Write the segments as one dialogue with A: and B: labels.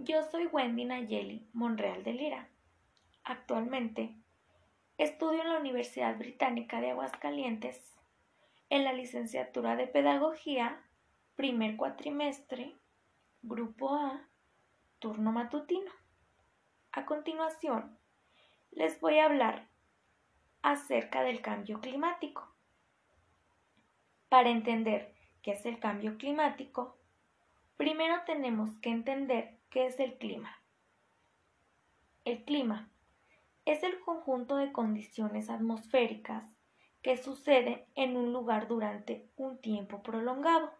A: Yo soy Wendy Nayeli Monreal de Lira. Actualmente estudio en la Universidad Británica de Aguascalientes en la licenciatura de Pedagogía, primer cuatrimestre, Grupo A, turno matutino. A continuación, les voy a hablar acerca del cambio climático. Para entender qué es el cambio climático, primero tenemos que entender qué es el clima. El clima es el conjunto de condiciones atmosféricas que suceden en un lugar durante un tiempo prolongado.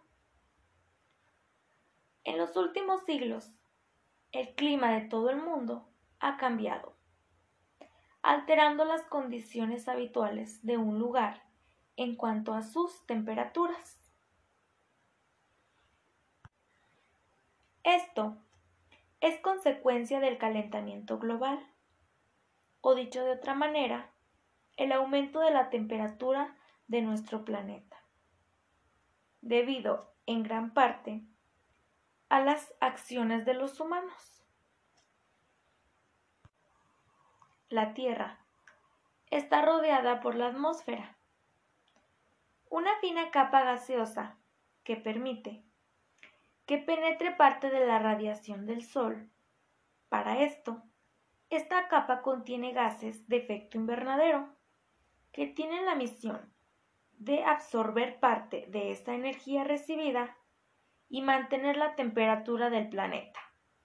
A: En los últimos siglos, el clima de todo el mundo ha cambiado, alterando las condiciones habituales de un lugar en cuanto a sus temperaturas. Esto es consecuencia del calentamiento global, o dicho de otra manera, el aumento de la temperatura de nuestro planeta, debido en gran parte a las acciones de los humanos. La Tierra está rodeada por la atmósfera, una fina capa gaseosa que permite que penetre parte de la radiación del Sol. Para esto, esta capa contiene gases de efecto invernadero que tienen la misión de absorber parte de esta energía recibida y mantener la temperatura del planeta.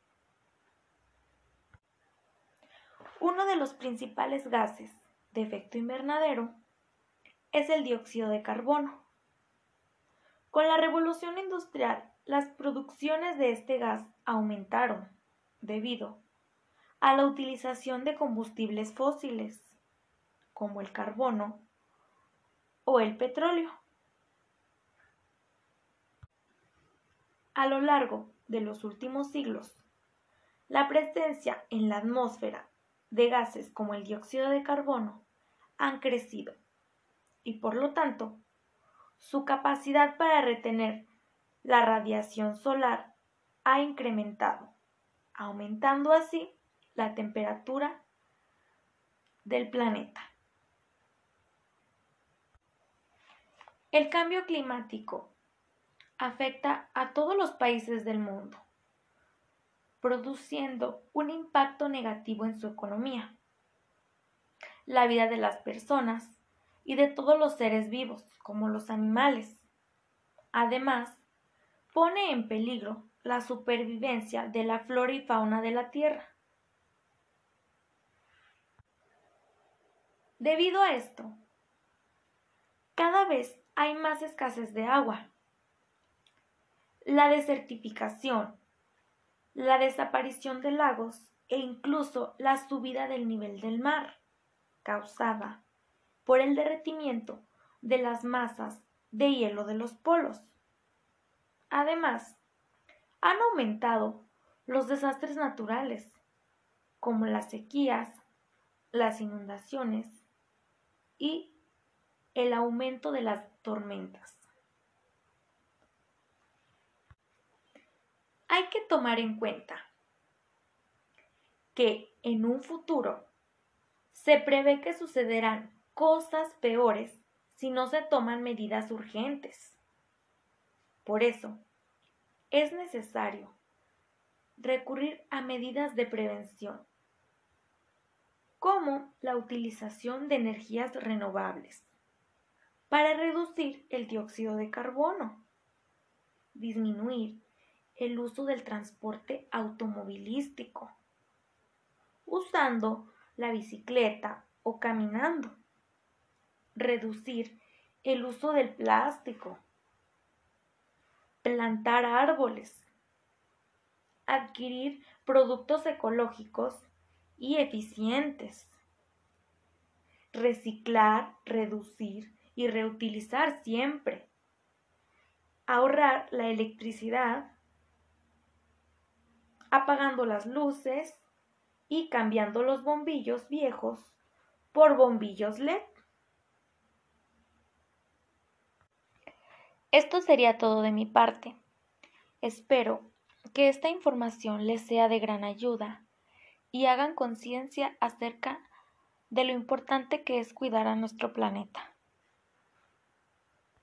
A: Uno de los principales gases de efecto invernadero es el dióxido de carbono. Con la revolución industrial, las producciones de este gas aumentaron debido a la utilización de combustibles fósiles, como el carbono o el petróleo. A lo largo de los últimos siglos, la presencia en la atmósfera de gases como el dióxido de carbono han crecido y por lo tanto su capacidad para retener la radiación solar ha incrementado, aumentando así la temperatura del planeta. El cambio climático afecta a todos los países del mundo, produciendo un impacto negativo en su economía, la vida de las personas y de todos los seres vivos, como los animales. Además, pone en peligro la supervivencia de la flora y fauna de la Tierra. Debido a esto, cada vez hay más escasez de agua. La desertificación, la desaparición de lagos e incluso la subida del nivel del mar, causada por el derretimiento de las masas de hielo de los polos. Además, han aumentado los desastres naturales, como las sequías, las inundaciones y el aumento de las tormentas. Hay que tomar en cuenta que en un futuro se prevé que sucederán cosas peores si no se toman medidas urgentes. Por eso, es necesario recurrir a medidas de prevención, como la utilización de energías renovables, para reducir el dióxido de carbono, disminuir el uso del transporte automovilístico, usando la bicicleta o caminando, reducir el uso del plástico, plantar árboles, adquirir productos ecológicos y eficientes, reciclar, reducir y reutilizar siempre, ahorrar la electricidad, apagando las luces y cambiando los bombillos viejos por bombillos LED. Esto sería todo de mi parte. Espero que esta información les sea de gran ayuda y hagan conciencia acerca de lo importante que es cuidar a nuestro planeta.